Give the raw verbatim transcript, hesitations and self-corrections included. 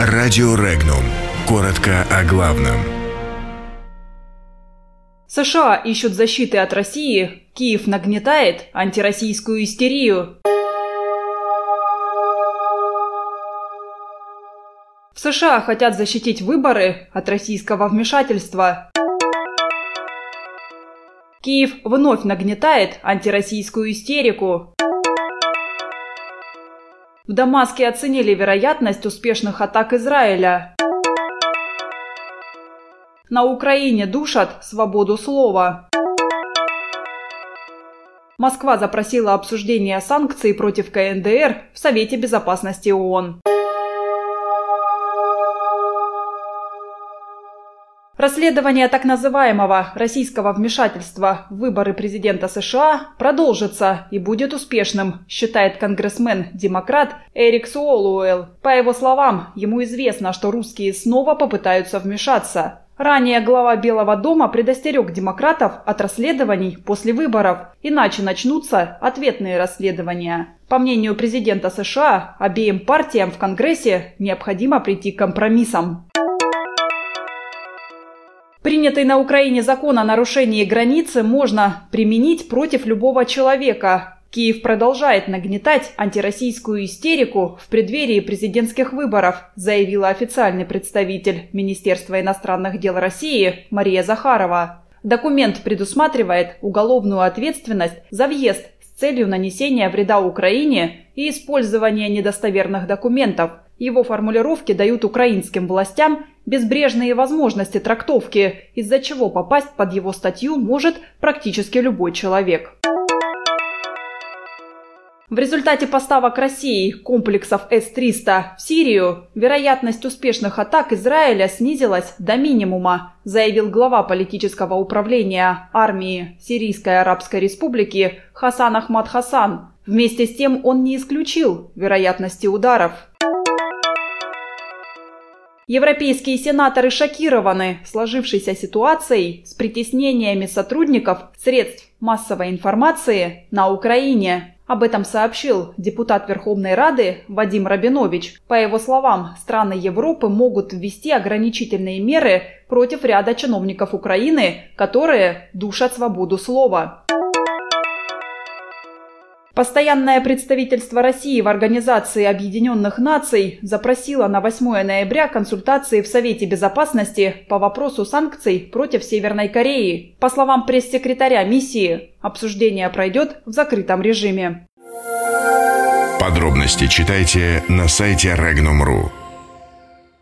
Радио Регнум. Коротко о главном. США ищут защиты от России. Киев нагнетает антироссийскую истерию. В США хотят защитить выборы от российского вмешательства. Киев вновь нагнетает антироссийскую истерику. В Дамаске оценили вероятность успешных атак Израиля. На Украине душат свободу слова. Москва запросила обсуждение санкций против ка эн дэ эр в Совете Безопасности ООН. Расследование так называемого российского вмешательства в выборы президента США продолжится и будет успешным, считает конгрессмен-демократ Эрик Суолуэлл. По его словам, ему известно, что русские снова попытаются вмешаться. Ранее глава Белого дома предостерег демократов от расследований после выборов, иначе начнутся ответные расследования. По мнению президента США, обеим партиям в Конгрессе необходимо прийти к компромиссам. Принятый на Украине закон о нарушении границы можно применить против любого человека. Киев продолжает нагнетать антироссийскую истерику в преддверии президентских выборов, заявила официальный представитель Министерства иностранных дел России Мария Захарова. Документ предусматривает уголовную ответственность за въезд с целью нанесения вреда Украине и использования недостоверных документов. Его формулировки дают украинским властям безбрежные возможности трактовки, из-за чего попасть под его статью может практически любой человек. В результате поставок России комплексов эс триста в Сирию вероятность успешных атак Израиля снизилась до минимума, заявил глава политического управления армии Сирийской Арабской Республики Хасан Ахмад Хасан. Вместе с тем он не исключил вероятности ударов. Европейские сенаторы шокированы сложившейся ситуацией с притеснениями сотрудников средств массовой информации на Украине. Об этом сообщил депутат Верховной Рады Вадим Рабинович. По его словам, страны Европы могут ввести ограничительные меры против ряда чиновников Украины, которые душат свободу слова. Постоянное представительство России в Организации Объединенных Наций запросило на восьмое ноября консультации в Совете Безопасности по вопросу санкций против Северной Кореи. По словам пресс-секретаря миссии, обсуждение пройдет в закрытом режиме. Подробности читайте на сайте регнум точка ру.